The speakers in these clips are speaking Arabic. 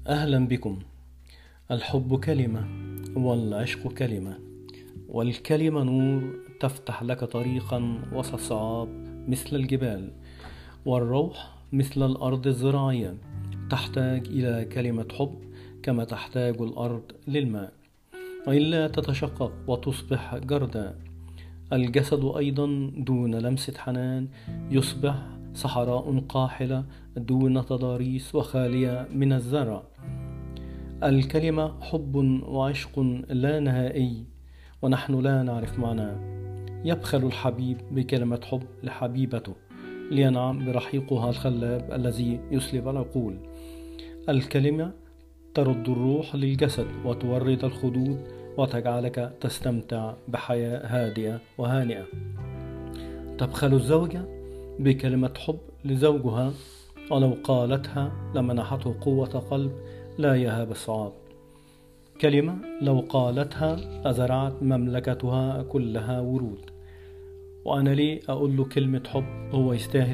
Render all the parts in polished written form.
أهلا بكم. الحب كلمة، والعشق كلمة، والكلمة نور تفتح لك طريقا وسط صعاب مثل الجبال، والروح مثل الأرض الزراعية تحتاج إلى كلمة حب كما تحتاج الأرض للماء، وإلا تتشقق وتصبح جردا. الجسد أيضا دون لمسة حنان يصبح صحراء قاحلة دون تضاريس وخالية من الزرع. الكلمة حب وعشق لا نهائي، ونحن لا نعرف معناه. يبخل الحبيب بكلمة حب لحبيبته لينعم برحيقها الخلاب الذي يسلب العقول. الكلمة ترد الروح للجسد وتورد الخدود وتجعلك تستمتع بحياة هادئة وهانئة. تبخل الزوجة بكلمة حب لزوجها، ولو قالتها لمنحته قوة قلب لا يهاب الصعاب. كلمة لو قالتها لزرعت مملكتها كلها ورود. وأنا ليه أقول له كلمة حب؟ هو يستاهل.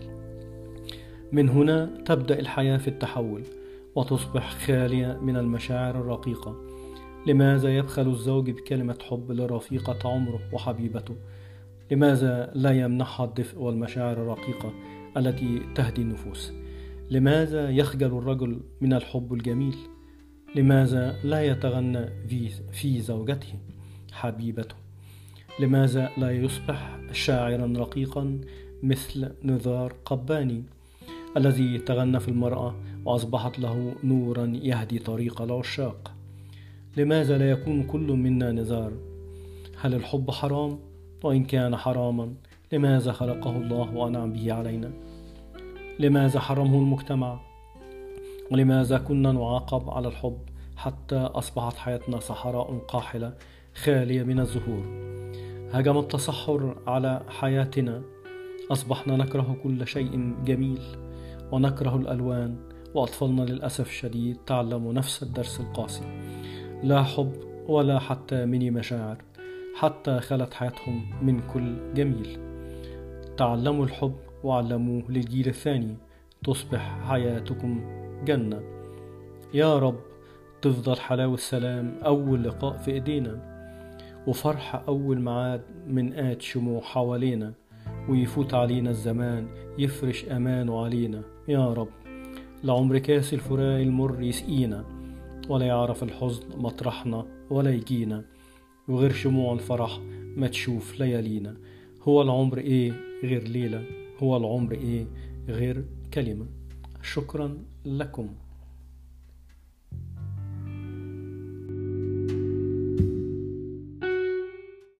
من هنا تبدأ الحياة في التحول وتصبح خالية من المشاعر الرقيقة. لماذا يبخل الزوج بكلمة حب لرفيقة عمره وحبيبته؟ لماذا لا يمنحها الدفء والمشاعر الرقيقة التي تهدي النفوس؟ لماذا يخجل الرجل من الحب الجميل؟ لماذا لا يتغنى في زوجته حبيبته؟ لماذا لا يصبح شاعرا رقيقا مثل نزار قباني الذي تغنى في المرأة وأصبحت له نورا يهدي طريق العشاق؟ لماذا لا يكون كل منا نزار؟ هل الحب حرام؟ وإن كان حراما لماذا خلقه الله وأنعم به علينا؟ لماذا حرمه المجتمع؟ ولماذا كنا نعاقب على الحب حتى أصبحت حياتنا صحراء قاحلة خالية من الزهور؟ هجم التصحر على حياتنا، أصبحنا نكره كل شيء جميل ونكره الألوان، وأطفالنا للأسف الشديد تعلموا نفس الدرس القاسي. لا حب ولا حتى مني مشاعر، حتى خلت حياتهم من كل جميل. تعلموا الحب وعلموه للجيل الثاني، تصبح حياتكم جنة. يا رب تفضل حلاوة السلام أول لقاء في إيدينا، وفرح أول معاد من آت شموع حوالينا، ويفوت علينا الزمان يفرش أمانه علينا. يا رب لعمر كاس الفراق المر يسقينا، ولا يعرف الحزن مطرحنا ولا يجينا، وغير شموع الفرح ما تشوف ليالينا. هو العمر إيه غير ليلة؟ هو العمر إيه غير كلمة؟ شكرا لكم.